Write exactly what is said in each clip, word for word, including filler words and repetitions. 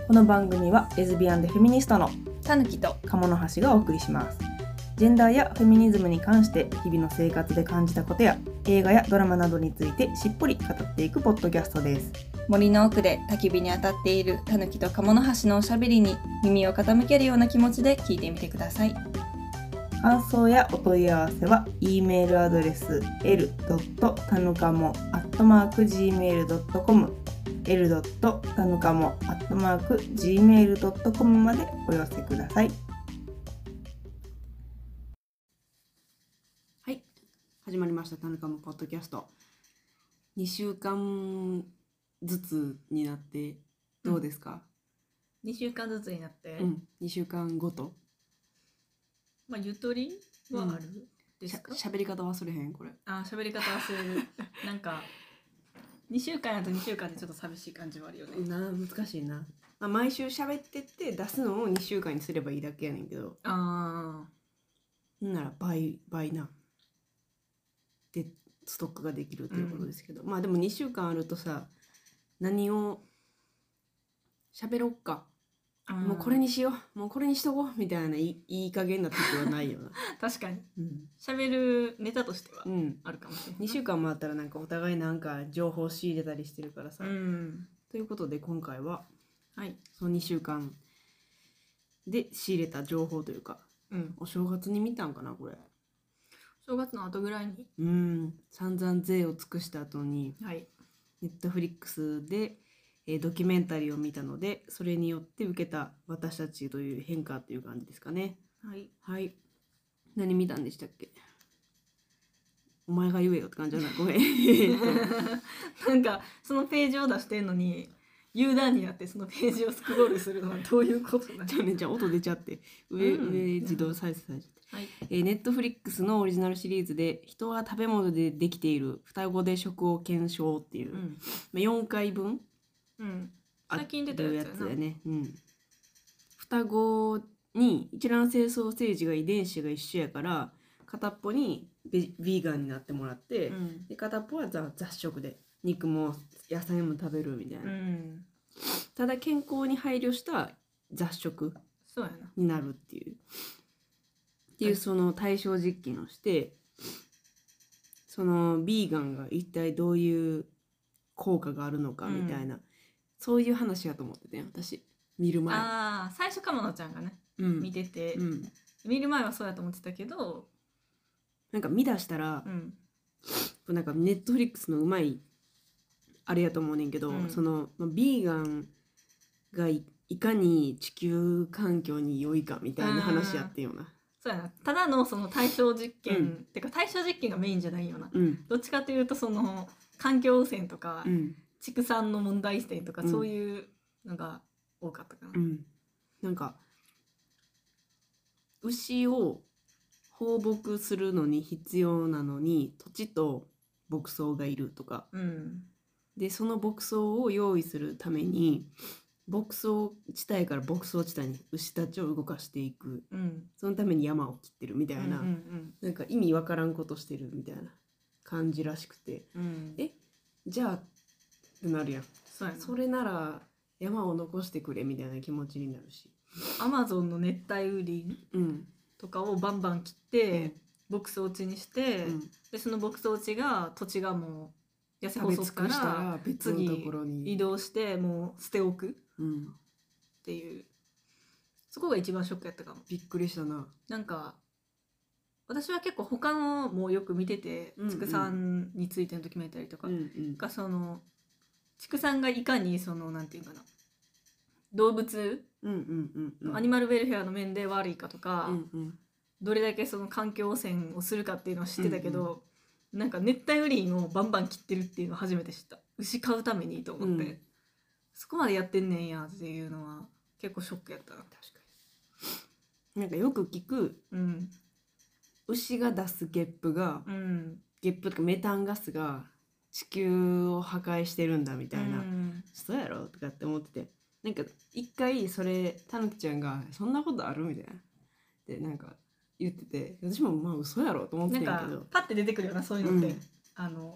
この番組はレズビアンでフェミニストのたぬきと鴨の橋がお送りします。ジェンダーやフェミニズムに関して日々の生活で感じたことや映画やドラマなどについてしっぽり語っていくポッドキャストです。 森の奥で焚き火に当たっているたぬきと鴨の橋のおしゃべりに耳を傾けるような気持ちで聞いてみてください。 感想やお問い合わせは E メールアドレス エル たぬかも アットマーク ジーメール ドットコム エル たぬかも アットマーク ジーメール ドットコム までお寄せください。はい、始まりましたたぬかもポッドキャスト。にしゅうかんずつになってどうですか？ にしゅうかんずつになって、 うん、にしゅうかんごと。 まあ、ゆとりはある、うん、ですか？ しゃべり方忘れへんこれ。 あ、しゃべり方忘れるなんかにしゅうかんやとにしゅうかんでちょっと寂しい感じはあるよね。 な難しいな、まあ、毎週喋ってって出すのをにしゅうかんにすればいいだけやねんけど、 ああなら倍倍なでストックができるということですけど、うん、まあでもにしゅうかんあるとさ、何を喋ろっか、もうこれにしよう、もうこれにしとこうみたいないい、いい加減な時はないよな確かに喋、 うん、 るネタとしてはあるかもしれない、うん、 にしゅうかんもあったらなんかお互いなんか情報仕入れたりしてるからさ、うん、ということで今回は、はい、そのにしゅうかんで仕入れた情報というか、うん、お正月に見たんかなこれ。 正月の後ぐらいにうん散々税を尽くした後に、 はい、 ネットフリックスでえドキュメンタリーを見たので、それによって受けた私たちという変化という感じですかね。 はい、 はい、何見たんでしたっけ？お前が言えよって感じじゃない？ごめんなんかそのページを出してんのに U 段になってそのページをスクロールするのはどういうことなの？ じゃあね、じゃあ音出ちゃって上、うん、上自動再生されちゃって、はい、えー、ネットフリックスのオリジナルシリーズで人は食べ物でできている双子で食を検証っていう、うん、まあ、よんかいぶんうん、最近出たやつだよね、うん、双子に一卵性ソーセージが遺伝子が一緒やから片っぽにビーガンになってもらって、うん、で片っぽは雑食で肉も野菜も食べるみたいな、うん、ただ健康に配慮した雑食になるっていうっていうその対象実験をして、そのビーガンが一体どういう効果があるのかみたいな、うん、そういう話やと思ってて、私見る前。 ああ、最初かものちゃんがね、うん、見てて、うん、見る前はそうやと思ってたけど、 なんか見出したら、うん、なんかネットフリックスのうまいあれやと思うねんけど、うん、そのビーガンが い, いかに地球環境に良いかみたいな話やってんよな。 そうやな、ただのその対象実験、うん、ってか対象実験がメインじゃないよな、うん、どっちかというとその環境汚染とか、うん、畜産の問題点とか、そういうのが多かったかな、うん、 なんか牛を放牧するのに必要なのに土地と牧草がいるとか、うん、でその牧草を用意するために牧草地帯から牧草地帯に牛たちを動かしていく、うん、そのために山を切ってるみたいな、うんうんうん、なんか意味わからんことしてるみたいな感じらしくて、うん、えじゃあってなるやん。 そ, それなら山を残してくれみたいな気持ちになるし、 アマゾンの熱帯雨林、うんとかをバンバン切って、うん、牧草地にして、うん、でその牧草地が土地がもう痩せ細ったら別のところに移動してもう捨て置く、うん、っていう、そこが一番ショックやったかも。 びっくりしたな。 なんか私は結構他のもよく見てて、うんうん、畜産についてのドキュメンタリーとか、うんうん、がその畜産がいかにそのなんていうかな、動物、うんうんうんうん、アニマルウェルフェアの面で悪いかとか、うんうん、どれだけその環境汚染をするかっていうのは知ってたけど、うんうん、なんか熱帯雨林をバンバン切ってるっていうのを初めて知った。牛飼うためにと思って、うん、そこまでやってんねんやっていうのは結構ショックやったな。確かになんかよく聞く、うん、牛が出すゲップが、うん、ゲップとかメタンガスが地球を破壊してるんだみたいな、うん、そうやろとかって思ってて、なんか一回それたぬきちゃんがそんなことあるみたいなでなんか言ってて、私もまあ嘘やろと思ってたんやけど、 なんかパッて出てくるようなそういうのって、うん、あの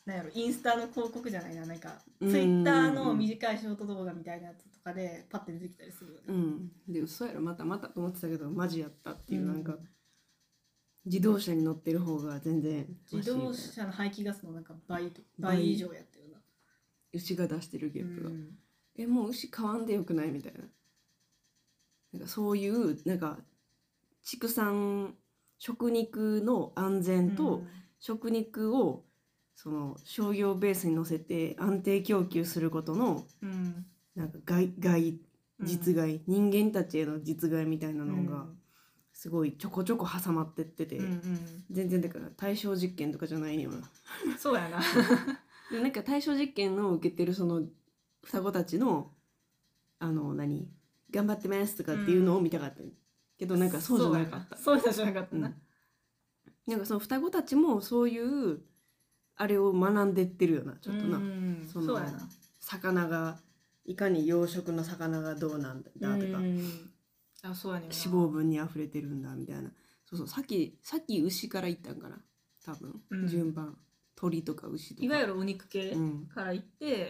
なんやろインスタの広告じゃないな、なんかツイッターの短いショート動画みたいなやつとかでパッて出てきたりするよね。 うんで嘘やろまたまたと思ってたけどマジやったっていう、うん、なんか自動車に乗ってる方が全然自動車の排気ガスのなんか倍倍以上やってるな、 牛が出してるゲップが、うん、えもう牛買わんでよくないみたいな、なんかそういうなんか畜産食肉の安全と食肉をその商業ベースに乗せて安定供給することの、うん、なんか害害実害、うん、人間たちへの実害みたいなのがすごいちょこちょこ挟まってってて、うんうん、全然だから対象実験とかじゃないようなそうやなでなんか対象実験の受けてるその双子たちのあの何頑張ってますとかっていうのを見たかった、うん、けどなんかそうじゃなかった、 そうじゃなかったな、うん、 なんかその双子たちもそういうあれを学んでってるよなちょっとな、 そのそうやな魚がいかに養殖の魚がどうなんだとか、 あそうやね脂肪分にあふれてるんだみたいな、そうそうさっきさっき牛から言ったんかな多分、うん、順番鳥とか牛とかいわゆるお肉系から言って、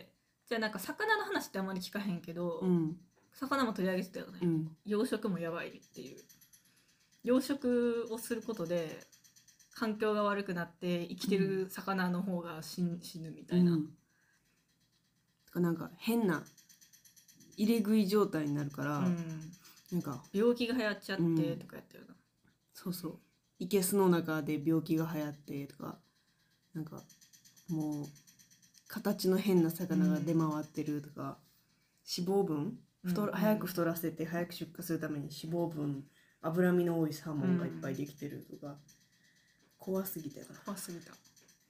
うん、じゃあなんか魚の話ってあんまり聞かへんけど、うん、魚も取り上げてたよね、うん、養殖もやばいっていう養殖をすることで環境が悪くなって生きてる魚の方が死ぬ、死ぬみたいな、うん、 かなんか変な入れ食い状態になるから、うん、なんか病気が流行っちゃってとかやったよな、うん、 そうそういけすの中で病気が流行ってとかなんかもう形の変な魚が出回ってるとか、うん、脂肪分太、うん、早く太らせて早く出荷するために脂肪分脂身の多いサーモンがいっぱいできてるとか、うん、怖すぎたよな怖すぎた。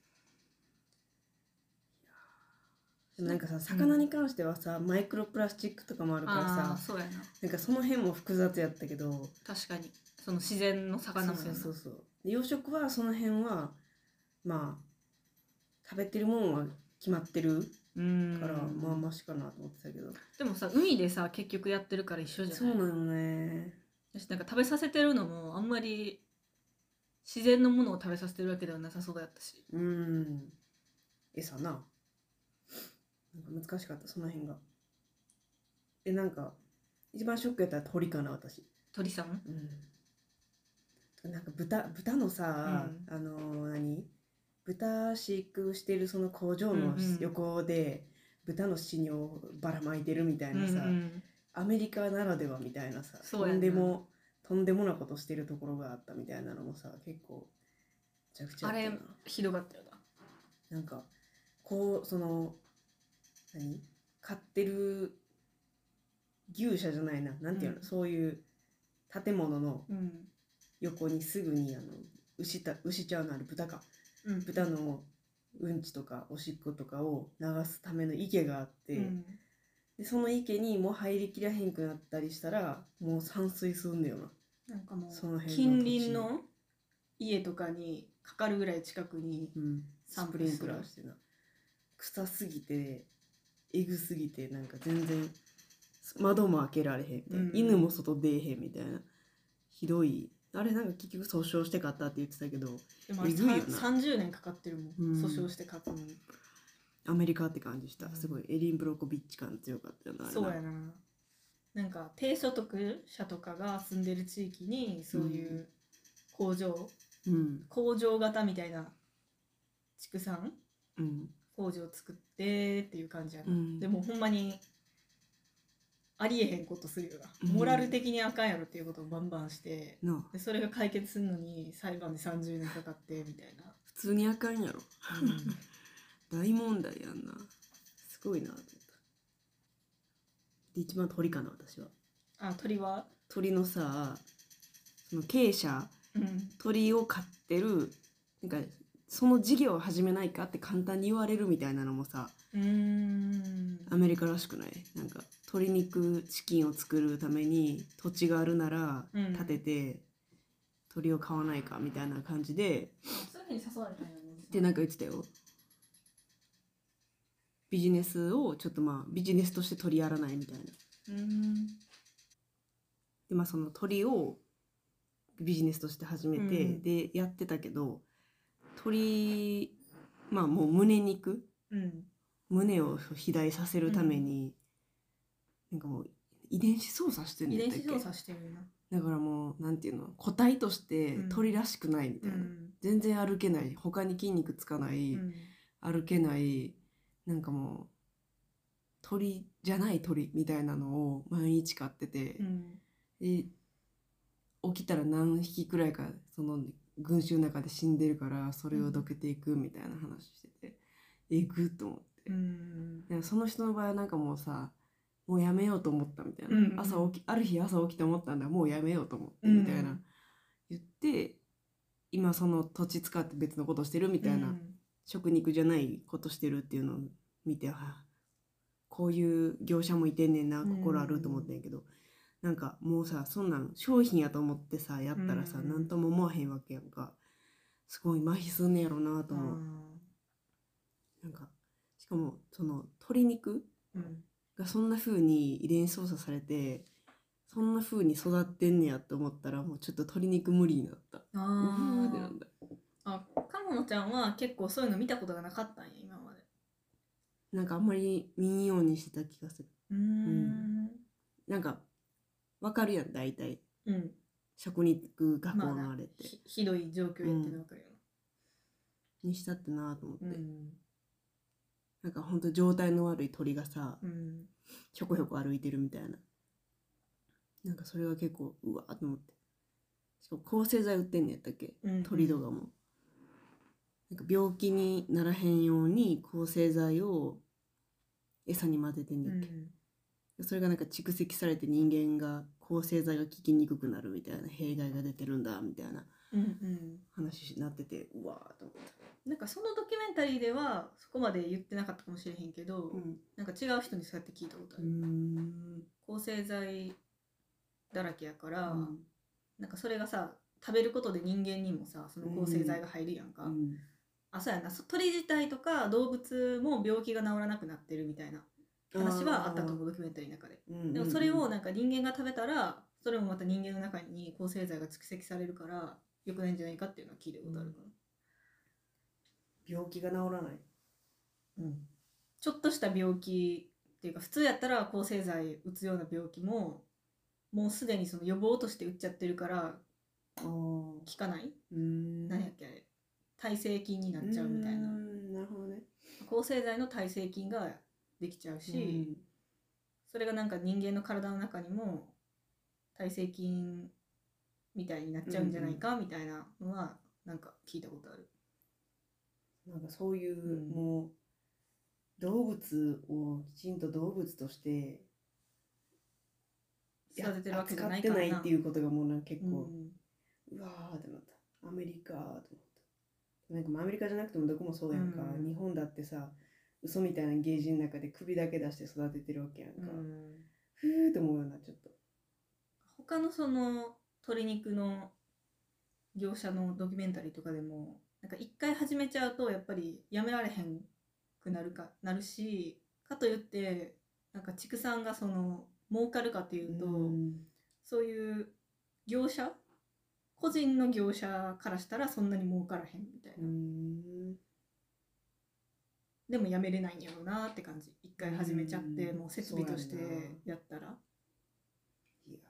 でもなんかさ魚に関してはさ、うん、マイクロプラスチックとかもあるからさ、 そうやな、 なんかその辺も複雑やったけど確かにその自然の魚もやな、 そうそうそうそう養殖はその辺はまあ食べてるもんは決まってるからまあマシかなと思ってたけど、 でもさ海でさ結局やってるから一緒じゃない。 そうなのね。 私なんか食べさせてるのもあんまり自然のものを食べさせてるわけではなさそうだったし、 うん餌ななんか難しかったその辺が。えなんか一番ショックやったら鳥かな私。 鳥さん、 うん、なんか豚豚のさ、うん、あの何豚飼育してるその工場の横で豚の死尿をばらまいてるみたいなさ、うんうん、アメリカならではみたいなさとんでもとんでもなことしてるところがあったみたいなのもさ結構めちゃくちゃあったな。 あれひどかったよな。なんかこうその何飼ってる牛舎じゃないななんていうの、うん、そういう建物の横にすぐにあの牛た牛ちゃうのある豚か、うん、豚のうんちとかおしっことかを流すための池があって、うん、でその池にもう入りきらへんくなったりしたらもう散水すんだよな。 なんかもうその辺の近隣の家とかにかかるぐらい近くに、 うん、スプリンクラーしてな臭すぎてえぐすぎてなんか全然窓も開けられへんみたいな、うん、犬も外出えへんみたいなひどい。あれなんか結局訴訟して買ったって言ってたけどでもあれえぐいよな。さんじゅうねんかかってるもん、うん、訴訟して買ったのに。 アメリカって感じした、うん、すごいエリン・ブロコビッチ感強かったよな。 そうやな。なんか低所得者とかが住んでる地域にそういう工場、うん、工場型みたいな畜産、うん、工場を作ってっていう感じやな、うん、でもほんまにありえへんことするよな、うん、モラル的にあかんやろっていうことをバンバンして、うん、でそれが解決するのに裁判でさんじゅうねんかかってみたいな。 普通にあかんやろ、うん、大問題やんな。すごいなと思った。で一番鳥かな私は。 あ鳥は鳥のさその経営者、うん、鳥を飼ってるなんかその事業を始めないかって簡単に言われるみたいなのもさ、うーんアメリカらしくない？なんか鶏肉チキンを作るために土地があるなら建てて鳥を飼わないかみたいな感じで、 そういうふうに誘われたんやねってなんか言ってたよ。ビジネスをちょっとまあビジネスとして取りやらないみたいな。うーんでまあその鳥をビジネスとして始めて、うん、でやってたけど鳥まあもう胸肉、 うん、 胸を肥大させるために、うん、なんかもう遺伝子操作してるんだっけ。 遺伝子操作してるな。 だからもうなんていうの、個体として鳥らしくないみたいな、うん、全然歩けない、他に筋肉つかない、うん、歩けない、なんかもう鳥じゃない鳥みたいなのを毎日飼ってて、うん、で起きたら何匹くらいかその群衆の中で死んでるからそれをどけていくみたいな話してて、うん、えぐっと思って、うん、その人の場合はなんかもうさ、もうやめようと思ったみたいな、うんうん、朝起きある日朝起きて思ったんだ、もうやめようと思ってみたいな、うん、言って今その土地使って別のことしてるみたいな、うん、食肉じゃないことしてるっていうのを見て、はあ、こういう業者もいてんねんな、心あると思ってんけど、うん、なんかもうさ、そんなん商品やと思ってさやったらさ、何、うん、とも思わへんわけやんか。すごい麻痺すんねやろなと思う、うん、なんかしかもその鶏肉がそんな風に遺伝子操作されてそんな風に育ってんねやと思ったらもうちょっと鶏肉無理になった。あうーってなんだ。あ、かものちゃんは結構そういうの見たことがなかったんや今まで。 なんかあんまり見んようにしてた気がする。うーん、うん、なんかわかるやん大体、うん、食肉加工のあれって、まあ、ひ, ひどい状況やってのわかるよ、 うん、にしたってなと思って、うん、なんかほんと状態の悪い鳥がさ、うん、ひょこひょこ歩いてるみたいな、なんかそれが結構うわーと思って、しかも抗生剤売ってんのやったっけ、うんうん、鳥とかもなんか病気にならへんように抗生剤を餌に混ぜてんねんっけ、うん、それがなんか蓄積されて人間が抗生剤が効きにくくなるみたいな弊害が出てるんだみたいな話になってて、うんうん、うわーと思った。 なんかそのドキュメンタリーではそこまで言ってなかったかもしれへんけど、うん、なんか違う人にそうやって聞いたことある。うーん、抗生剤だらけやから、うん、なんかそれがさ食べることで人間にもさその抗生剤が入るやんか、うん、あ、そうやな、鳥自体とか動物も病気が治らなくなってるみたいな話はあったと思う、ドキュメンタリーの中で、うんうんうん、でもそれをなんか人間が食べたらそれもまた人間の中に抗生剤が蓄積されるから良くないんじゃないかっていうのは聞いたことあるから、 うん、病気が治らない、 うん、ちょっとした病気っていうか普通やったら抗生剤打つような病気ももうすでにその予防として打っちゃってるから効かない、うん、何やっけあれ耐性菌になっちゃうみたいな、 うん、なるほどね、 抗生剤の耐性菌ができちゃうし、うん、それがなんか人間の体の中にも耐性菌みたいになっちゃうんじゃないかみたいなのはなんか聞いたことある。 なんかそういう、うん、もう動物をきちんと動物として育ててるわけじゃないからな。 扱ってないっていうことがもうなんか結構、うん、うわーってなった。アメリカと思った。なんかアメリカじゃなくてもどこもそうやんか、うん、日本だってさ嘘みたいなゲージの中で首だけ出して育ててるわけやんか、うん、ふーって思うようなちょっと他のその鶏肉の業者のドキュメンタリーとかでもなんか一回始めちゃうとやっぱりやめられへんくなるかなるし、かといってなんか畜産がその儲かるかっていうと、うん、そういう業者個人の業者からしたらそんなに儲からへんみたいな、うん、でもやめれないんやろうなって感じ。一回始めちゃって、うん、もう設備としてやったら、 いや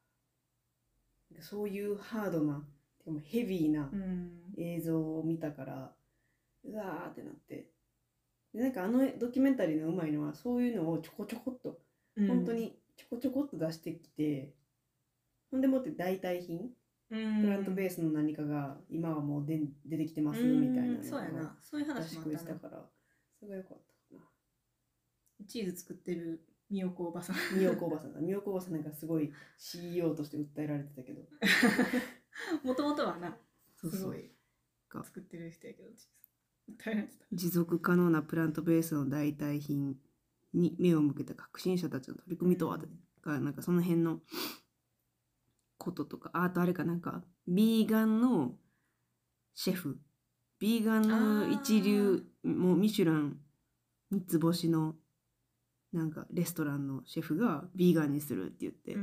そういうハードなでもヘビーな映像を見たから、うん、うわーってなってでなんかあのドキュメンタリーのうまいのはそういうのをちょこちょこっと、うん、本当にちょこちょこっと出してきて、ほんでもって代替品、うん、プラントベースの何かが今はもうで出てきてますみたいなのを出してくれてたから、それが良かったかな。 チーズ作ってるみよこおばさんみよこおばさんだみよこおばさんなんかすごい シーイーオー として訴えられてたけどもともとはなすごい作ってる人やけど訴えられてた。 持続可能なプラントベースの代替品に目を向けた革新者たちの取り組みとは、うん、なんかその辺のこととか、あとあれかなんかビーガンのシェフビーガンの一流もうミシュラン三つ星のなんかレストランのシェフがビーガンにするって言って、うん、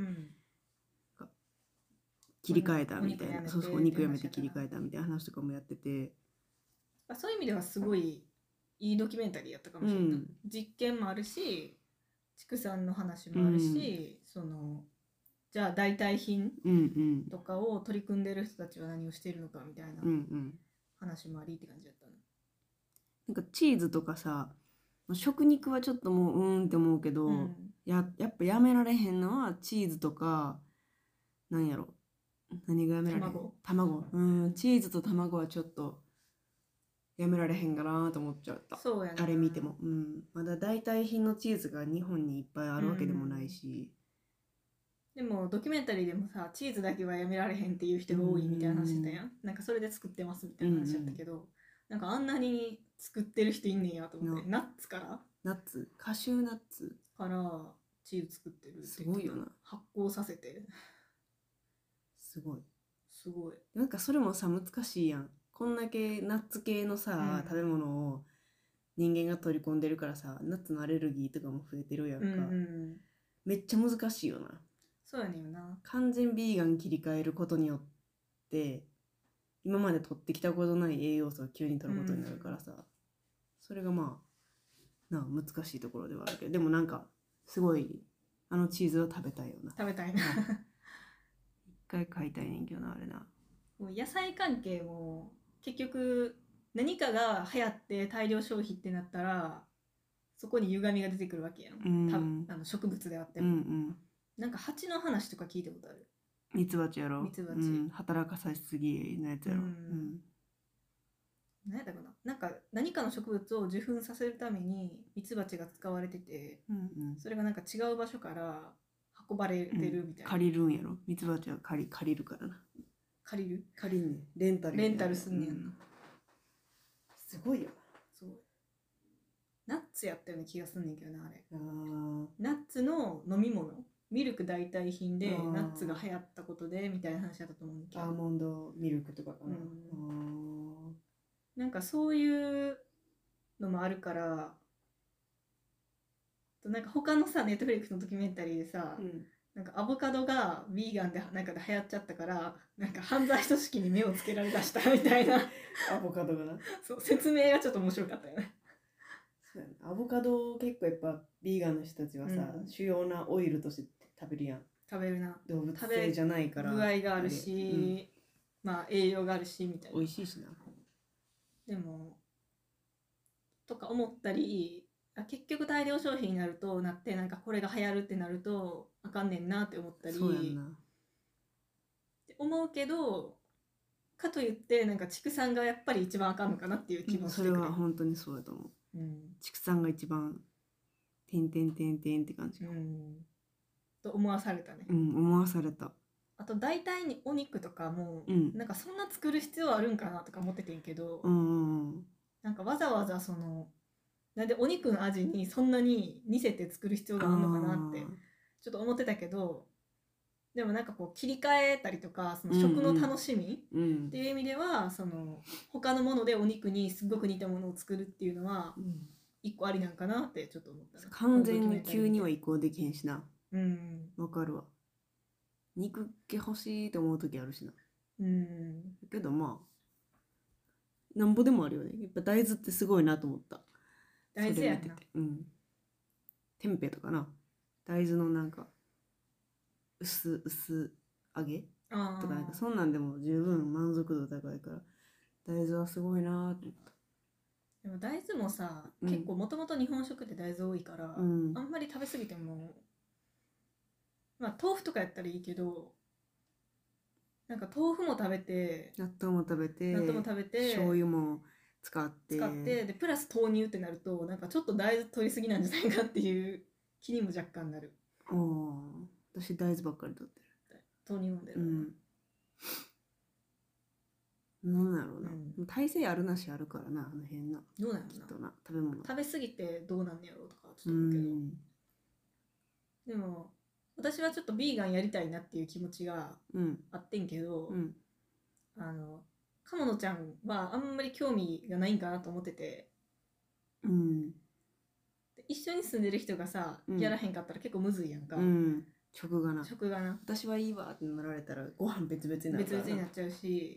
切り替えたみたいな、そうそうお肉やめて切り替えたみたいな話とかもやってて、 そういう意味ではすごいいいドキュメンタリーやったかもしれない、うん、実験もあるし畜産の話もあるし、うん、そのじゃあ代替品とかを取り組んでる人たちは何をしているのかみたいな話もありって感じだったね。 なんかチーズとかさ食肉はちょっともううーんって思うけど、うん、や, やっぱやめられへんのはチーズとかなんやろ何がやめられへん卵卵うんチーズと卵はちょっとやめられへんかなと思っちゃった。 そうやなあれ見ても、うん、まだ代替品のチーズが日本にいっぱいあるわけでもないし、 うん、でもドキュメンタリーでもさチーズだけはやめられへんっていう人が多いみたいな話してたやん、うん、なんかそれで作ってますみたいな話だったけど、うん、なんかあんなに作ってる人いんねんやと思って、ナッツからナッツカシューナッツからチーズ作ってるってすごいよな。 発酵させてすごいすごいなんかそれもさ難しいやん。こんだけナッツ系のさ、うん、食べ物を人間が取り込んでるからさナッツのアレルギーとかも増えてるやんか、うんうん、めっちゃ難しいよな。 そうやねんよな。 完全ビーガン切り替えることによって今まで取ってきたことない栄養素を急に取ることになるからさ、うん、それがまあな難しいところではあるけどでもなんかすごいあのチーズは食べたいよな。 食べたいな一回買いたいねんけどなあれな。 もう野菜関係も結局何かが流行って大量消費ってなったらそこに歪みが出てくるわけやん、うん、あの植物であっても、うんうん、なんか蜂の話とか聞いたことある。 ミツバチやろ。 ミツバチ、 うん、働かさしすぎのやつやろ、うんうん、 何やったかな、なんか何かの植物を受粉させるためにミツバチが使われてて、うんうん、それがなんか違う場所から運ばれてるみたいな、うん、 借りるんやろ。ミツバチは借り、借りるからな。 借りる借りんねん。レンタルレンタルすんねんな、うん、 すごいよな。 すごいナッツやったような気がすんねんけどなあれ。あナッツの飲み物ミルク代替品でナッツが流行ったことでみたいな話だったと思うんだけど、 アーモンドミルクとかかな、うん、なんかそういうのもあるからなんか他のさネットフリックスのドキュメンタリーでさ、うん、なんかアボカドがヴィーガンでなんかで流行っちゃったからなんか犯罪組織に目をつけられだしたみたいなアボカドがなそう説明がちょっと面白かったよね。 そうやな、アボカド結構やっぱヴィーガンの人たちはさ、うん、主要なオイルとして食べるやん。 食べるな。 動物性じゃないから具合があるし、うん、まあ栄養があるしみたいな。 美味しいしな。 でもとか思ったり結局大量消費になるとなってなんかこれが流行るってなるとあかんねんなって思ったりそうやんなって思うけどかといってなんか畜産がやっぱり一番あかんのかなっていう気もしてくる、 うん、それは本当にそうだと思う、うん、畜産が一番てんてんてんてんって感じ、うん、 と思わされたね。 うん思わされた。 あと大体にお肉とかも、うん、なんかそんな作る必要あるんかなとか思っててんけど、うん、なんかわざわざそのなんでお肉の味にそんなに似せて作る必要があるのかなってちょっと思ってたけどでもなんかこう切り替えたりとかその食の楽しみっていう意味では、うんうん、その他のものでお肉にすごく似たものを作るっていうのは一個ありなんかなってちょっと思った、ね、 完全に急には移行できへんしな。うんわかるわ。肉気欲しいと思う時あるしな。うんけどまあなんぼでもあるよね。やっぱ大豆ってすごいなと思った。 大豆やな。 うん。テンペとかな。大豆のなんか薄薄揚げとかなんかそんなんでも十分満足度高いから大豆はすごいなと思った。 でも大豆もさ、うん、結構もともと日本食って大豆多いから、うん、あんまり食べ過ぎてもまあ豆腐とかやったらいいけどなんか豆腐も食べて納豆も食べて納豆も食べて醤油も使って使ってでプラス豆乳ってなるとなんかちょっと大豆取りすぎなんじゃないかっていう気にも若干なる。 ああ私大豆ばっかり取ってる。 豆乳飲んでる、 うん、なんだろうな、うん、体勢あるなしあるからなあの辺な。 どうなんやろな食べ物食べ過ぎてどうなんやろうとかちょっと思うけど、うん、でも私はちょっとビーガンやりたいなっていう気持ちがあってんけど、うん、あの鴨野ちゃんはあんまり興味がないんかなと思ってて、うん、一緒に住んでる人がさ、うん、やらへんかったら結構むずいやんか、うん、 食がな食がな私はいいわってなられたらご飯別々になるから別々になっちゃうし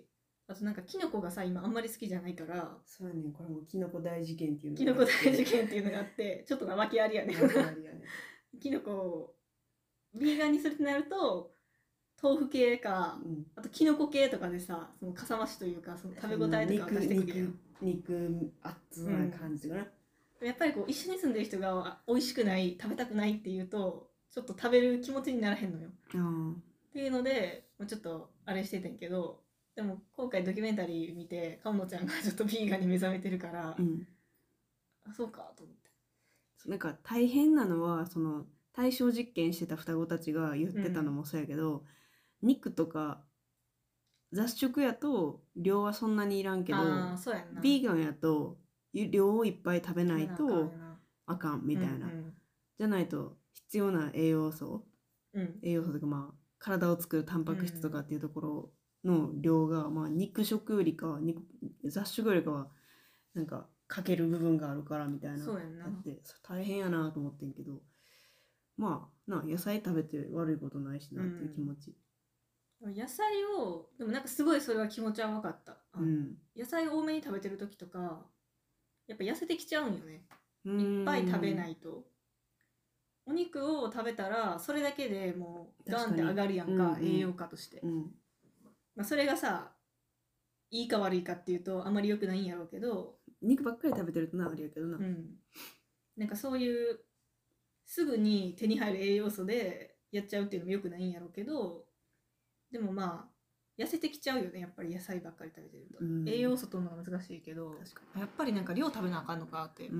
あとなんかキノコがさ今あんまり好きじゃないから、 そうやねん、これもキノコ大事件っていうのキノコ大事件っていうのがあってちょっと生気ありやね。キノコをビーガンにするってなると豆腐系か、うん、あとキノコ系とかでさ、そのかさ増しというかその食べ応えとかを出してくるやん。 肉肉熱な感じかな、 うん、やっぱりこう一緒に住んでる人が美味しくない食べたくないっていうとちょっと食べる気持ちにならへんのよ、うん、っていうのでもうちょっとあれしててんけど、でも今回ドキュメンタリー見てかおのちゃんがちょっとビーガンに目覚めてるから、うん、あそうかと思って。 なんか大変なのはその対象実験してた双子たちが言ってたのもそうやけど、うん、肉とか雑食やと量はそんなにいらんけど、ビーガンやと量をいっぱい食べないとあかんみたいな、うんうん、じゃないと必要な栄養素、うん、栄養素とかまあ体を作るタンパク質とかっていうところの量が、まあ、肉食よりかは肉雑食よりかはなんかかける部分があるからみたいな、 そうやんな、 って大変やなと思ってんけど、まあな野菜食べて悪いことないしなっていう気持ち、 うん、野菜をでもなんかすごいそれは気持ちは分かった、うん、野菜多めに食べてる時とかやっぱ痩せてきちゃうんよね。いっぱい食べないと。お肉を食べたらそれだけでもうガンって上がるやんか、うんうん、栄養価として、うん、まあ、それがさいいか悪いかっていうとあんまり良くないんやろうけど、 肉ばっかり食べてるとなあれやけどな、 うん、なんかそういうすぐに手に入る栄養素でやっちゃうっていうのも良くないんやろうけど、でもまあ痩せてきちゃうよねやっぱり野菜ばっかり食べてると、うん、栄養素取るのが難しいけど確かにやっぱりなんか量食べなあかんのかって思った、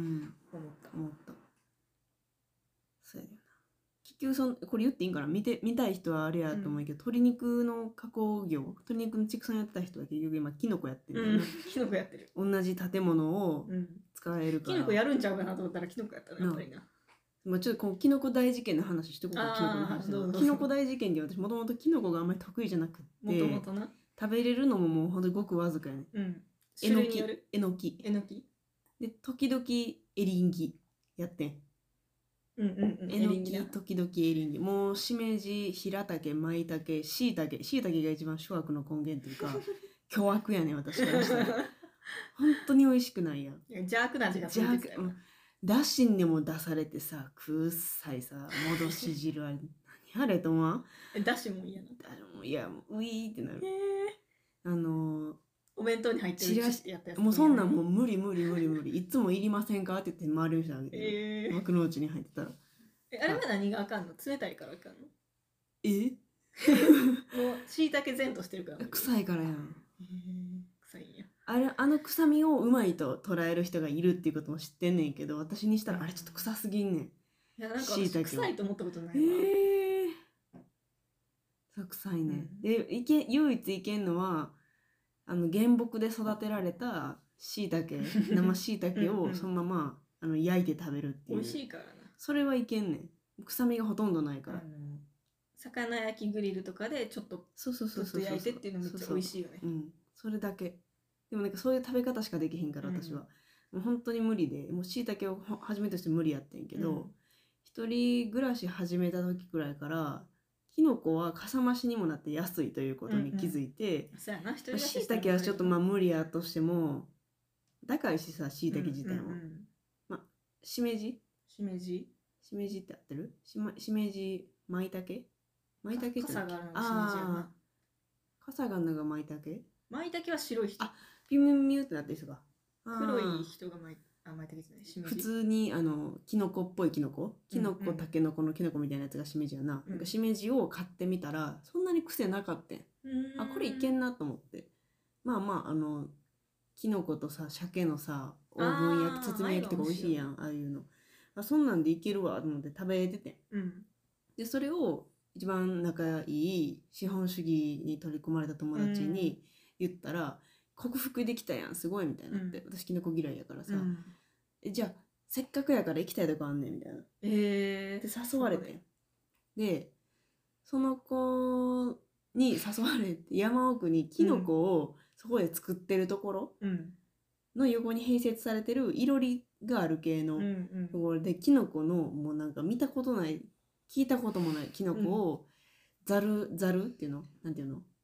うん、思ったそうやねんな。結局そんこれ言っていいんかな、見て見たい人はあれやと思うけど、うん、鶏肉の加工業鶏肉の畜産やった人は結局今キノコやってるんだよね、 うん、キノコやってる同じ建物を使えるから、 うん、キノコやるんちゃうかなと思ったらキノコやったねやっぱりな。 まあ、ちょっとこのキノコ大事件の話してこうか。キノコの話でキノコ大事件で私もともとキノコがあんまり得意じゃなくて、もともとな食べれるのももうほんとごくわずかやね、うん、えのきえのきえのきで時々エリンギやってん、うんうんうん、えのき時々エリンギ、もうしめじ平茸舞茸しいたけしいたけが一番諸悪の根源というか巨悪やね私からしたら本当に美味しくないやん。 いや邪悪な味がするんですよ。 だしにも出されてさくっさいさ戻し汁あれ何あれと思わん？ えだしも嫌な。 だしもいやウィーってなる。あのー、 お弁当に入ってるやったやつもうそんなんもう無理無理無理無理いつもいりませんかって言って周りの人あげてる、えー、幕の内に入ってたらえあれは何があかんの？冷たいからあかんの？ えもうしいたけ前としてるから臭いからやん。 えー、臭いんや。 あれあの臭みをうまいと捉える人がいるっていうことも知ってんねんけど、私にしたらあれちょっと臭すぎんねん。いやなんか私臭いと思ったことないわ。 えー、そう臭いね、うん、でいけ唯一いけんのはあの原木で育てられたしいたけ生しいたけをそのままあの焼いて食べるっていう。 美味しいからな。 それはいけんねん。臭みがほとんどないから、 魚焼きグリルとかでちょっとちょっと焼いてっていうのめっちゃ美味しいよね。 うん、それだけ。でもなんかそういう食べ方しかできへんから私は、うん、もう本当に無理で、もうしいたけを初めとして無理やってんけど、うん、一人暮らし始めた時くらいからキノコはかさ増しにもなって安いということに気づいて、しいたけはちょっとまあ無理やとしても高いしさ、しいたけ自体も、うんうんうん、まあしめじしめじしめじって合ってる？しましめじまいたけまいたけってかさがあるのがしめじやな。 かさがあるのがまいたけ？ まいたけは白い人。 あ、ピュミュミュってなってる人が。 黒い人がまいあまいたけじゃない。しめじ。 普通にあのキノコっぽいキノコ、キノコタケノコのキノコみたいなやつがしめじやな。うん、なんかしめじを買ってみたらそんなに癖なかったん。あ、これいけんなと思って。まあまああのキノコとさ鮭のさオーブン焼き包み焼きとか美味しいやん、ああいうの。あ、そんなんでいけるわと思って食べてて、うん、でそれを一番仲いい資本主義に取り込まれた友達に言ったら、うん、克服できたやんすごいみたいになって、うん、私キノコ嫌いやからさ、うん、えじゃあせっかくやから行きたいとこあんねんみたいな、えー、で誘われて、でその子に誘われて山奥にキノコをそこで作ってるところの横に併設されてるいろりがある系のところで、うんうん、キノコのもうなんか見たことない聞いたこともないキノコをざるざるっていうのなんていうの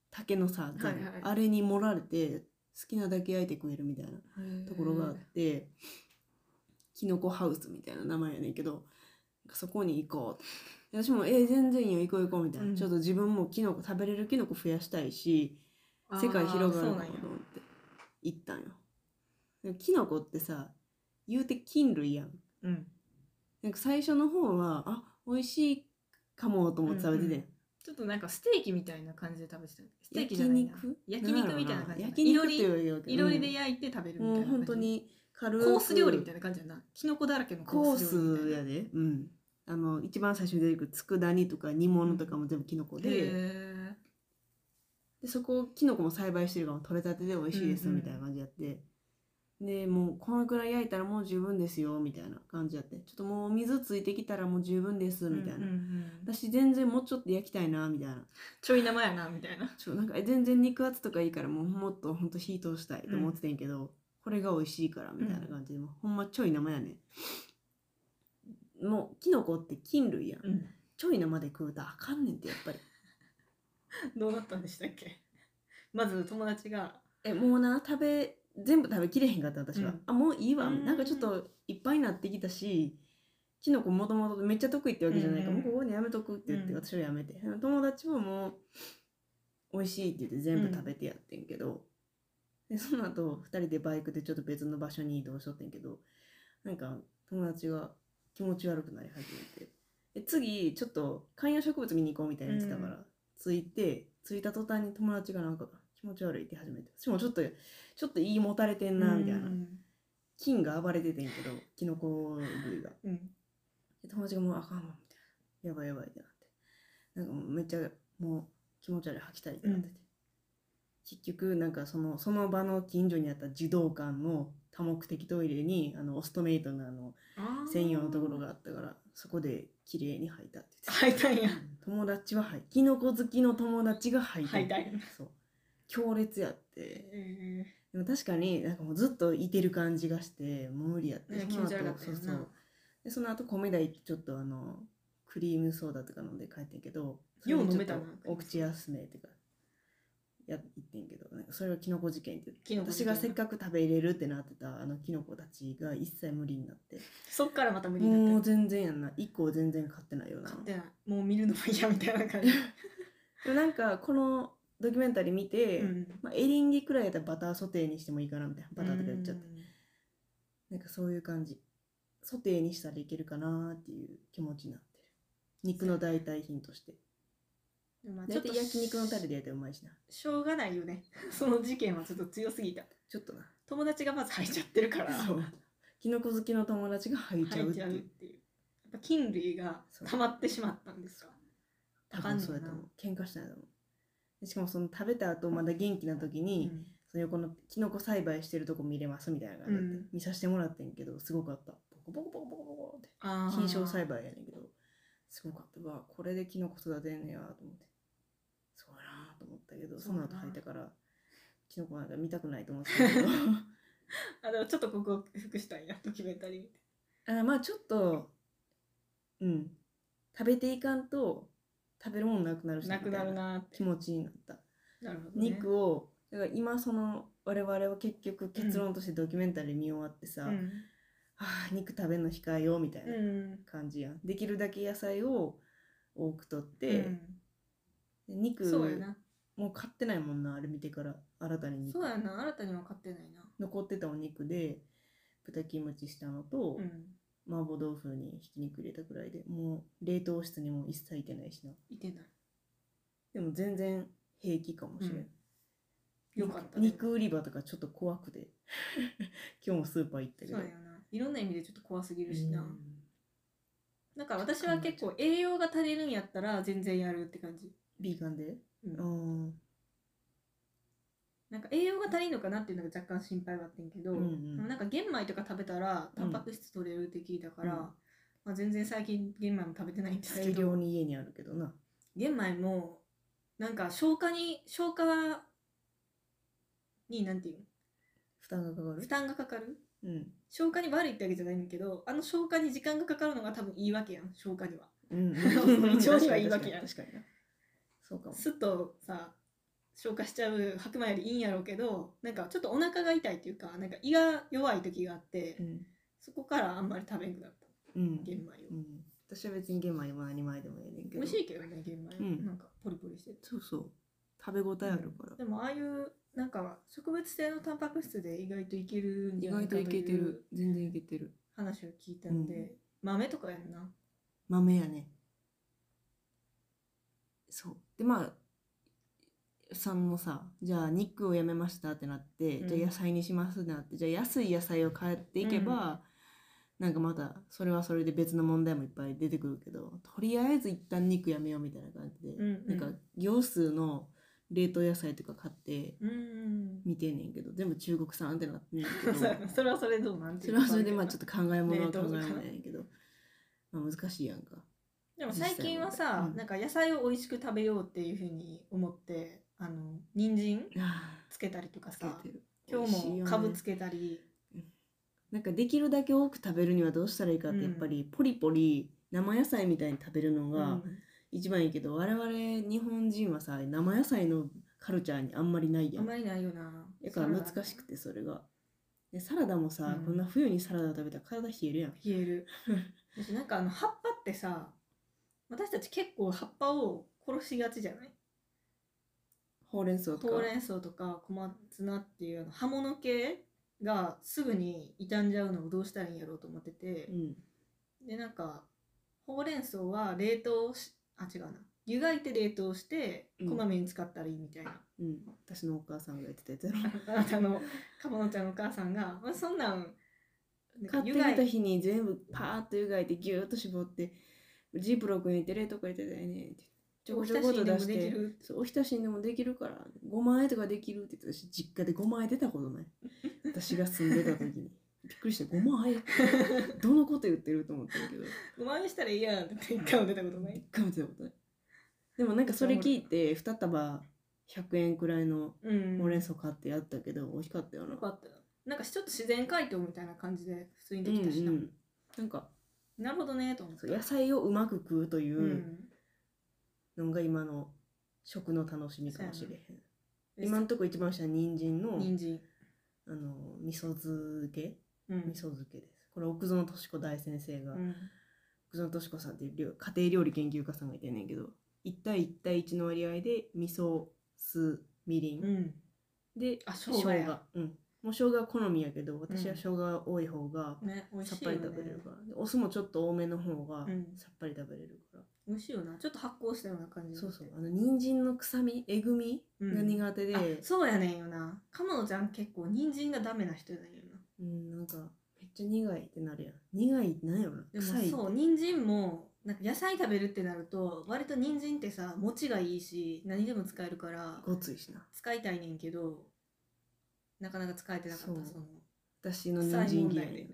竹のさ、 はいはい、 あれに盛られて好きなだけ焼いて食えるみたいなところがあって、きのこハウスみたいな名前やねんけど、そこに行こうって私もえー、全然いいよ行こう行こうみたいな、うん、ちょっと自分もキノコ食べれるキノコ増やしたいし世界広がるかもと思って行ったんよ。でもキノコってさ言うて菌類やん、うん、なんか最初の方はあ美味しいかもと思って食べてて、うんうん、 ちょっとなんかステーキみたいな感じで食べてた。ステーキじゃないな、焼肉焼肉みたいな感じ。 焼肉って言うけどいろりで焼いて食べるみたいな感じ。 もう本当に軽くコース料理みたいな感じやな。キノコだらけのコース料理みたいな。 コースやで、うん。あの一番最初に出てくる佃煮とか煮物とかも全部キノコで、うん、でそこをキノコも栽培してるから取れたてで美味しいですみたいな感じやって、うんうん、でもうこのくらい焼いたらもう十分ですよみたいな感じやって、ちょっともう水ついてきたらもう十分ですみたいな、うんうんうん、私全然もうちょっと焼きたいなみたいな、 ちょい生やなみたいな、 ちょなんか全然肉厚とかいいからもうもっとほんと火通したいと思ってたんやけど、うん、これが美味しいからみたいな感じで、うん、ほんまちょい生やね。もうキノコって菌類やん、うん、ちょい生で食うとあかんねんってやっぱりどうなったんでしたっけ。まず友達がえもうな食べ全部食べきれへんかった私は、うん、あもういいわ、うん、なんかちょっといっぱいになってきたしキノコもともとめっちゃ得意ってわけじゃないから、うん、もうここにやめとくって言って私はやめて、うん、友達はもう美味しいって言って全部食べてやってんけど、うん、でその後ふたりでバイクでちょっと別の場所に移動しとってんけど、なんか友達が気持ち悪くなり始めて、で次ちょっと観葉植物見に行こうみたいに言ってたから、うん、着いて着いた途端に友達がなんか気持ち悪いって始めて、私もちょっとちょっと言いもたれてんなみたいな、うん、菌が暴れててんけどキノコ類が、うん、で友達がもうあかんもんみたいな、やばいやばいってなって、なんかもうめっちゃもう気持ち悪い吐きたいってなってて、うん、結局なんかそのその場の近所にあった児童館の多目的トイレにあのオストメイトのあの専用のところがあったからそこで綺麗に吐いたって言ってた。吐いたんや。 友達は吐いキノコ好きの友達が吐いた。 吐いたんや。 そう強烈やって、えー、でも確かになんかもうずっといてる感じがしてもう無理やって、 ね、気持ち悪かったよな。 そうそうでその後米田行ってちょっとあのクリームソーダとか飲んで帰ってんけど、 よう飲めたな。 お口休めってかやってんけど、なんかそれはキノコ事件って言って、私がせっかく食べれるってなってたあのキノコたちが一切無理になって、 そっからまた無理になって、 もう全然やんな、いっこ全然買ってないよな。 買ってない、もう見るのも嫌みたいな感じでもなんかこのドキュメンタリー見て、うんまあ、エリンギくらいやったらバターソテーにしてもいいかなみたいな、バターとか言っちゃって、なんかそういう感じ、ソテーにしたらいけるかなっていう気持ちになってる、肉の代替品として。まあ、ちょっと焼肉のタレでやったらうまいしな。 しょうがないよねその事件はちょっと強すぎた。 ちょっとな友達がまず吐いちゃってるからそうキノコ好きの友達が吐いちゃうっていう、 っていうやっぱ菌類が溜まってしまったんですか。 多分そうやと思う。喧嘩したんやと思う。しかもその食べた後まだ元気な時に、うん、その横のキノコ栽培してるとこ見れますみたいな感じで、うん、見させてもらってんけどすごかった。ボコボコボコボコボコって菌床栽培やねんけどすごかったわ。これでキノコ育てんねやと思ってすごいなと思ったけど、その後吐いたからキノコなんか見たくないと思ってたけどあでもちょっとここ服したんやドキュメンタリー見て。 あまあちょっとうん食べていかんと食べるものなくなるしなくなるなって気持ちになった。 なるほど、ね、 肉をだから今その我々は結局結論としてドキュメンタリー見終わってさ、うん、あ肉食べるの控えようみたいな感じやん、うん、できるだけ野菜を多くとって、うん、肉そうやなもう買ってないもんなあれ見てから新たに肉そうやな新たには買ってないな。 残ってたお肉で豚キムチしたのと、うん、麻婆豆腐にひき肉入れたくらいでもう冷凍室にも一切いてないしな。 いてない。 でも全然平気かもしれん、うんよかった、 ね、肉売り場とかちょっと怖くて今日もスーパー行ったけどそうやないろんな意味でちょっと怖すぎるしな。なんか私は結構栄養が足りるんやったら全然やるって感じ。 ビーガンで、 うん、なんか栄養が足りんのかなっていうのが若干心配はあってんけど、うんうん、なんか玄米とか食べたらタンパク質取れるって聞いたから、うんまあ、全然最近玄米も食べてないんですけど大量に家にあるけどな。 玄米もなんか消化に消化になんていうの負担がかかる負担がかかる、 うん、 消化に悪いってわけじゃないんだけどあの消化に時間がかかるのが多分いいわけやん消化には、うん、胃腸にはいいわけやん。 確かになそうかも。 すっとさ消化しちゃう白米よりいいんやろうけど、なんかちょっとお腹が痛いっていうか、なんか胃が弱い時があって、うん、そこからあんまり食べんくなった、うん、玄米を、 うん、私は別に玄米でも何米でもいいねんけど、 美味しいけどね玄米、うん、なんかポリポリしてて、 そうそう食べ応えあるから、うん、 でもああいうなんか植物性のタンパク質で意外といけるんじゃないかという意外といけてる、全然いけてる話を聞いたので、うん、豆とかやんな。 豆やね。そうでまあさんもさ、じゃあ肉をやめましたってなって、うん、じゃあ野菜にしますってなって、じゃあ安い野菜を買っていけば、うん、なんかまたそれはそれで別の問題もいっぱい出てくるけど、とりあえず一旦肉やめようみたいな感じで、うんうん、なんか行数の冷凍野菜とか買って見てんねんけど、全部中国産ってなってんねんけどそれはそれどうなんていうそれはそれでまあちょっと考え物は考え物やねんけど、まあ、難しいやんか。 でも最近はさ、うん、なんか野菜を美味しく食べようっていうふうに思って、あの人参つけたりとかさ、今日もかぶつけたり、 ね、なんかできるだけ多く食べるにはどうしたらいいかって、やっぱりポリポリ生野菜みたいに食べるのが一番いいけど、うん、我々日本人はさ生野菜のカルチャーにあんまりないやん。 あんまりないよな。 だから難しくて、それがでサラダもさ、うん、こんな冬にサラダ食べたら体冷えるやん。 冷えるなんかあの葉っぱってさ、私たち結構葉っぱを殺しがちじゃない？ ほうれん草とかほうれん草とか小松菜っていうあの葉物系がすぐに傷んじゃうのをどうしたらいいんやろうと思ってて、うん、でなんかほうれん草は冷凍しあ違うな湯がいて冷凍してこまめに使ったらいいみたいな、 うんうん、私のお母さんが言ってたやつやろあなたのかものちゃんのお母さんが、まあ、そんなん買ってきた日に全部パーッと湯がいてギューッと絞ってジープロックに入れて冷凍庫入れてたよねってちょこちょこと出しておひたしにでもできるからごまあえとかできるって言って、私実家でごまあえ出たことない私が住んでた時にびっくりしてごまあえどのこと言ってると思ったけどごまあえしたらいいやんって一回も出たことない一回も出たことない。でもなんかそれ聞いてに束ひゃくえんくらいのほうれん草買ってやったけど、うん、美味しかったよな。 よかったよ。なんかちょっと自然解凍みたいな感じで普通にできたしな、うんうん、 なんかなるほどねと思って、 野菜をうまく食うというのが今の食の楽しみかもしれへん、うん、今のところ一番下は人参の人参あの味噌漬け、うん、味噌漬けです。これ奥園敏子大先生が、うん、奥園敏子さんっていう家庭料理研究家さんがいてんねんけど、いち対いち対いちの割合で味噌酢みりん、うん、であ生姜や、 うん、もう生姜は好みやけど私は生姜多い方がさっぱり食べれるから、ねね、お酢もちょっと多めの方がさっぱり食べれるから、 うん、美味しいよな。ちょっと発酵したような感じ。 そうそう、あの人参の臭みえぐみが苦手で、 うん、そうやねんよな。鴨野ちゃん結構人参がダメな人やねんよな。 うん、なんかめっちゃ苦いってなるやん。苦いなんやろな。 でもそう人参もなんか野菜食べるってなると割と人参ってさ持ちがいいし何でも使えるからごついしな使いたいねんけどなかなか使えてなかった。その私の人参嫌いね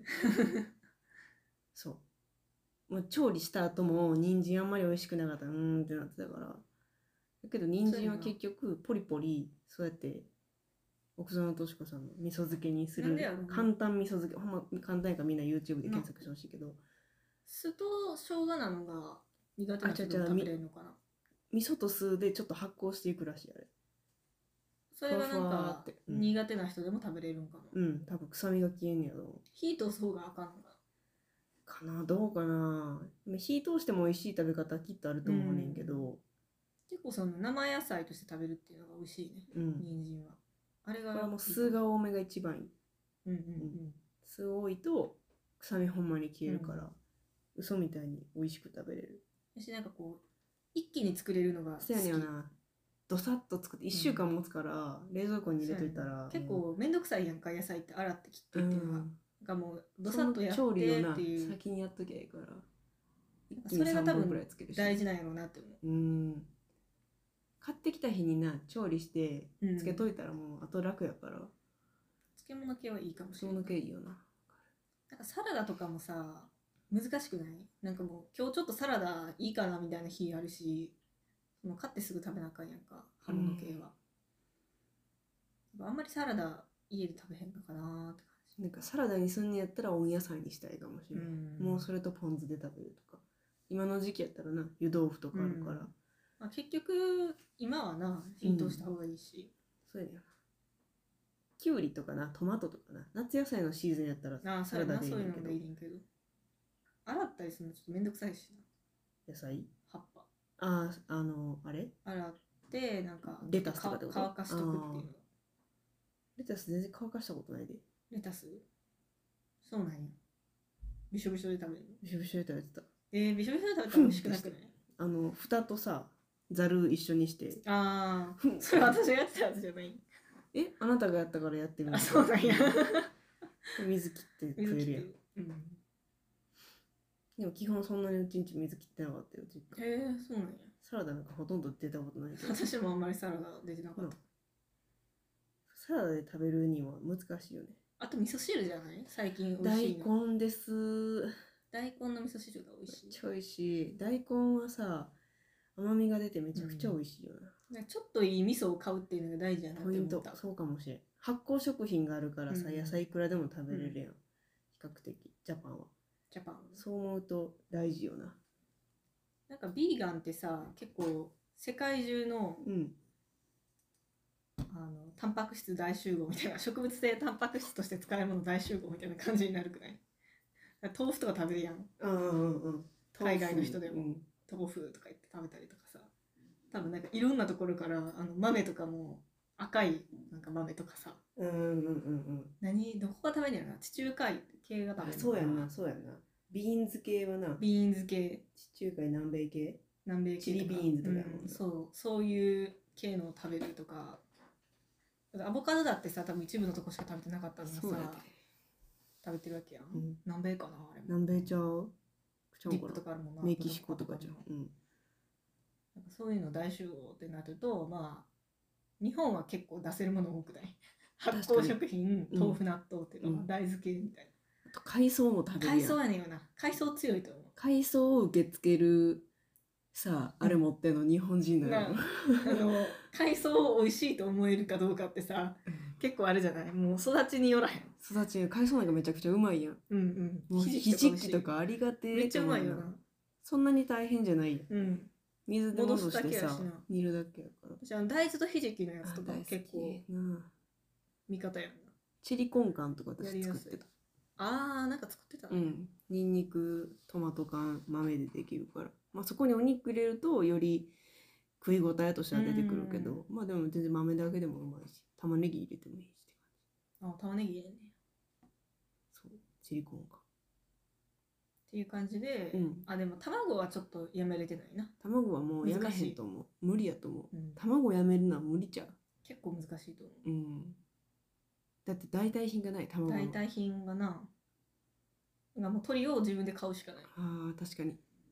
そうもう調理した後も人参あんまり美味しくなかったらうーんってなってたから、だけど人参は結局ポリポリそうやって奥園敏子さんの味噌漬けにする簡単味噌漬け、ほんま簡単やからみんな YouTube で検索してほしいけど、 酢と生姜なのが苦手な人でも食べれるのかな。 味噌と酢でちょっと発酵していくらしいあれ。 それがなんか苦手な人でも食べれるんかな。 うん、多分臭みが消えんやろ。 火通す方があかんのかかな、どうかな。火通しても美味しい食べ方きっとあると思うねんけど、うん、 結構その生野菜として食べるっていうのが美味しいね、うん、人参は。あれがこれはもう酢が多めが一番いい。 うんうんうん、 酢多いと臭みほんまに消えるから、うん、嘘みたいに美味しく食べれる。 私なんかこう一気に作れるのが好き。 そうやねんよな。どさっと作っていっしゅうかん持つから、うん、冷蔵庫に入れといたら、 ね、結構めんどくさいやんか野菜って洗って切ってっていうのが、うん、がもうどさっとやってっていう先にやっときゃいいからそれが多分大事なんやろうなって思う。 うん買ってきた日にな調理してつけといたらもうあと楽やから、うん、 漬物系はいいかもしれない。 漬物系いいよな。 なんかサラダとかもさ難しくない？なんかもう今日ちょっとサラダいいかなみたいな日あるし、その買ってすぐ食べなあかんやんか葉物系は、うん、あんまりサラダ家で食べへんのかなって感じ。 なんかサラダにすんねやったら温野菜にしたいかもしれない、うん、もうそれとポン酢で食べるとか今の時期やったらな湯豆腐とかあるから、うん、 まあ、結局今はな火通した方がいいし、 うん、そうやね。きゅうりとかな、トマトとかな、夏野菜のシーズンやったらああサラダでいいそういうんだけど、 のでいいねんけど、洗ったりするのちょっとめんどくさいし野菜、 な、葉っぱああ、あのあれ洗ってなんかレタスとかってこと乾かしとくっていうの。 レタス全然乾かしたことないで。 レタスそうなんや。びしょびしょで食べるの。 びしょびしょで食べてた。 えー、びしょびしょで食べたら美味しくなくない？ あの蓋とさざる一緒にして。 ああ、それ私がやってたやつじゃない。 え、あなたがやったからやってみる。 あ、そうなんや。 水切って食えるやん。うん。でも基本そんなにうちんち水切ってなかったよ。 へえー、そうなんや。 サラダなんかほとんど出たことないけど。 私もあんまりサラダ出てなかった。うん、 サラダで食べるには難しいよね。 あと味噌汁じゃない？最近美味しいの。大根です。 大根の味噌汁が美味しい。 めっちゃ美味しい。大根はさ、甘みが出てめちゃくちゃ美味しいよな。 うん、ちょっといい味噌を買うっていうのが大事やなって思った。ポイント、 そうかもしれん。発酵食品があるからさ、うん、野菜いくらでも食べれるやん。うん、比較的ジャパンは。 ジャパン。 そう思うと大事よな。 なんかビーガンってさ、結構世界中の、うん、あのタンパク質大集合みたいな、植物性タンパク質として使えるもの大集合みたいな感じになるくない？豆腐とか食べるやん。うんうんうん。海外の人でも、うん、豆腐とか言って食べたりとかさ、多分なんかいろんなところからあの豆とかも赤いなんか豆とかさ、うんうんうんうん。何どこが食べるんやろな、地中海系が食べるのかな。 そうやんなそうやんな。ビーンズ系はな。 ビーンズ系。 地中海南米系。 南米系とか。 チリビーンズとかやもん、 うん、そうそういう系のを食べるとか。アボカドだってさ、多分一部のとこしか食べてなかったのにさ、食べてるわけやん。うん、南米かなあれも。 南米ちゃう？ ディップとかあるもんな。 メキシコとかじゃん。うん。 なんかそういうの大集合ってなると、まあ日本は結構出せるもの多くない？発酵食品、豆腐、納豆っていうのは大豆系みたいな。 あと海藻も食べるやん。 海藻やねんよな。海藻強いと思う。 海藻を受け付けるさあ、あれ持ってんの日本人なの。 あの海藻を美味しいと思えるかどうかってさ、結構あれじゃない？もう育ちによらへん。 育ちに海藻なんかめちゃくちゃうまいやん。うんうん。もうひじきとかありがてえ。 めっちゃうまいよな。 そんなに大変じゃないやん。うん。水で戻してさ、煮るだけやから。 私あの大豆とひじきのやつとか結構味方やんな。 チリコンカンとか私作ってた。 あー、なんか作ってた。 うん。ニンニク、トマト缶、豆でできるから。まあそこにお肉入れるとより食い応えとしては出てくるけど、まあでも全然豆だけでもうまいし、玉ねぎ入れてもいいしって感じ。あ、玉ねぎ入れんね。 そう、チリコンカン。 っていう感じで、うん、あ、でも卵はちょっとやめれてないな。 卵はもうやめへんと思う。無理やと思う、うん、卵やめるのは無理ちゃう。 結構難しいと思う。うん。だって代替品がない、卵の。 代替品がな。がもう鳥を自分で買うしかない。 ああ、確かに。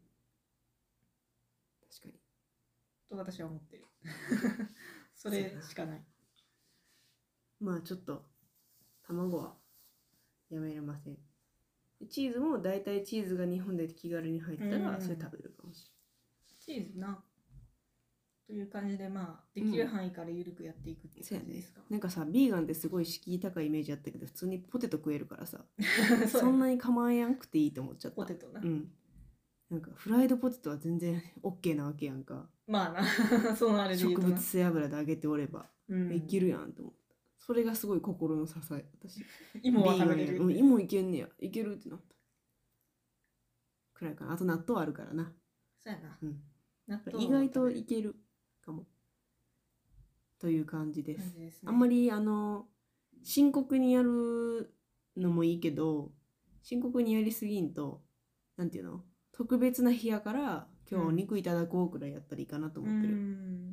確かに。 と私は思ってる。それしかない。 まあちょっと卵はやめれません。チーズも大体チーズが日本で気軽に入ったらそれ食べるかもしれない。チーズな。という感じで、まあできる範囲から緩くやっていくっていう感じですか。 うん、なんかさ、ビーガンってすごい敷居高いイメージあったけど、普通にポテト食えるからさそんなに構えやんくていいと思っちゃった。 ポテトな。 うん。なんかフライドポテトは全然 OK なわけやんか。 まあなそうなる植物性油で揚げておれば、うん、いけるやんと思った。それがすごい心の支え。私芋は食べれる。 うん、芋いけんねや、いけるってなったくらいかな。あと納豆あるからな。 そうやな、 うん、納豆意外といけるかもという感じです。です、ね、あんまりあの深刻にやるのもいいけど、深刻にやりすぎんとなんていうの、特別な日やから今日お肉いただこうくらいやったらいいかなと思ってる。うん、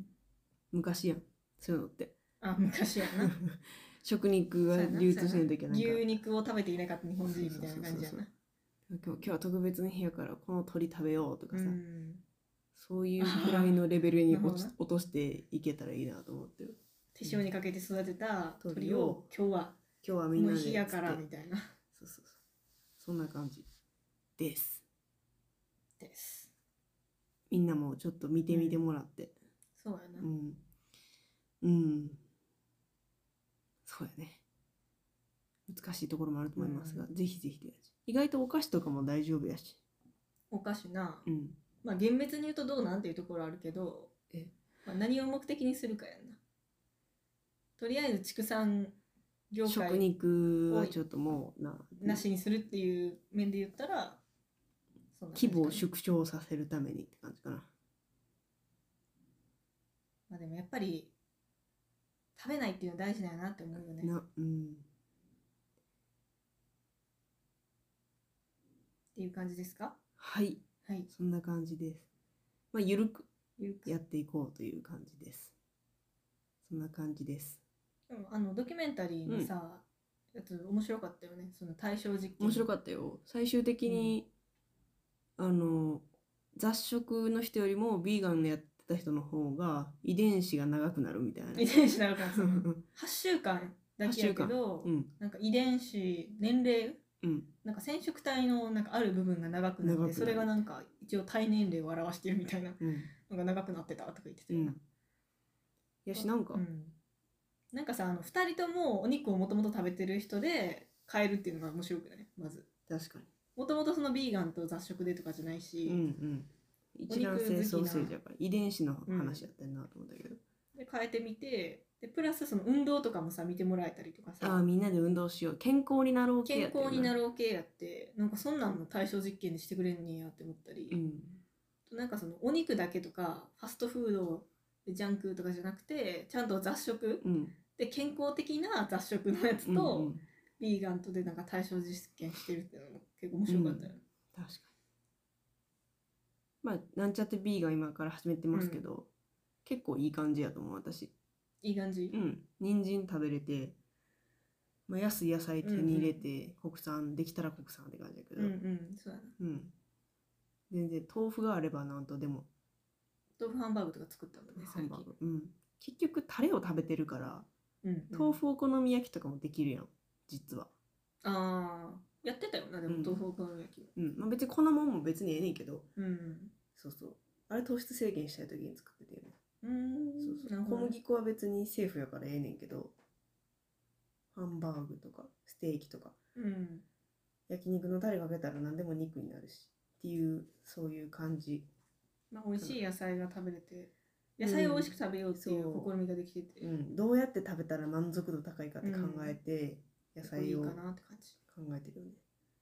昔やんそういうのって。 あ、昔やな食肉が流通しないといけないから、 牛肉を食べていなかった日本人みたいな感じやな。 今日、今日は特別な日やからこの鶏食べようとかさ、うん、そういうくらいのレベルに落ち落としていけたらいいなと思ってる。 手塩にかけて育てた鶏を今日は今日はみんなで日やからみたいな。 そうそうそう、そんな感じですですみんなもちょっと見てみてもらって、 うん、そうやな。 うんうんそうやね。難しいところもあると思いますが、うん、ぜひぜひで。意外とお菓子とかも大丈夫やし。 お菓子な。 うん。 まあ厳密に言うとどうなんていうところあるけど。 まあ、何を目的にするかやんな。とりあえず畜産業界食肉はちょっともうななしにするっていう面で言ったらそんな規模を縮小させるためにって感じかな。 まあでもやっぱり食べないっていうのは大事だよなって思うよね。な、うん。っていう感じですか？ はい。はい。そんな感じです。まあゆるくやっていこうという感じです。そんな感じです。 でもあのドキュメンタリーのさ、うん、やつ面白かったよね。その対象実験。 面白かったよ。最終的に、うん、あの雑食の人よりもビーガンのやってた人の方が遺伝子が長くなるみたいな。 遺伝子長くなる。はちしゅうかんだけやけど、うん、なんか遺伝子年齢、うん、なんか染色体のなんかある部分が長くなって、それがなんか一応体年齢を表してるみたいなのが長くなってたとか言ってたよな。うん、 よしなんか、うん、 なんかさあのふたりともお肉をもともと食べてる人で変えるっていうのが面白くない？まず確かにもともとそのビーガンと雑食でとかじゃないし、うんうん、 一卵性ソーセージやから遺伝子の話やってんなと思ったけど、 うん、で変えてみてでプラスその運動とかもさ見てもらえたりとかさあみんなで運動しよう健康になろう系やって健康になろう系やってなんかそんなんも対象実験でしてくれんねやって思ったり、うん、なんかそのお肉だけとかファストフードでジャンクとかじゃなくてちゃんと雑食、うん、で健康的な雑食のやつと、うんうん、ビーガンとでなんか対象実験してるっていうのも結構面白かったよ、うん、確かにまあなんちゃってビーガン今から始めてますけど、うん、結構いい感じやと思う私いい感じうん人参食べれて、まあ、安い野菜手に入れて、うんうん、国産できたら国産って感じだけどうんうんそうやなうん全然豆腐があればなんとでも豆腐ハンバーグとか作ったんだね最近うん結局タレを食べてるから、うんうん、豆腐お好み焼きとかもできるやん実はああやってたよなでも豆腐お好み焼き、 うんまあ、別にこんなもんも別にええねんけど、うん、そうそうあれ糖質制限したい時に作っててよねうんそうそう小麦粉は別にセーフやからええねんけどハンバーグとかステーキとか、うん、焼肉のタレかけたら何でも肉になるしっていうそういう感じ、 まあ、美味しい野菜が食べれて野菜を美味しく食べようっていう試みができてて、 うん、どうやって食べたら満足度高いかって考えて、うん、野菜を考えてるよね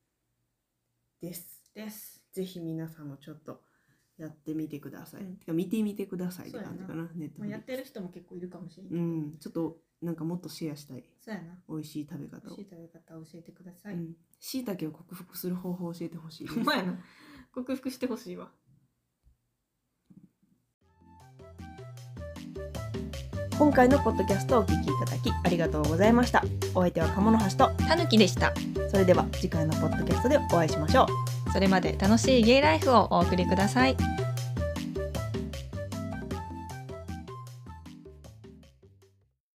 ですですぜひ皆さんもちょっとやってみてください、うん、てか見てみてくださいって感じかなネット、 まあ、やってる人も結構いるかもしれない、 うん、ちょっとなんかもっとシェアしたいそうやな美味しい食べ方を美味しい食べ方を教えてくださいしいたけを克服する方法を教えてほしいですお前な克服してほしいわ今回のポッドキャストをお聞きいただきありがとうございました。お相手は鴨の橋とたぬきでした。 それでは次回のポッドキャストでお会いしましょう。 それまで楽しいゲイライフをお送りください。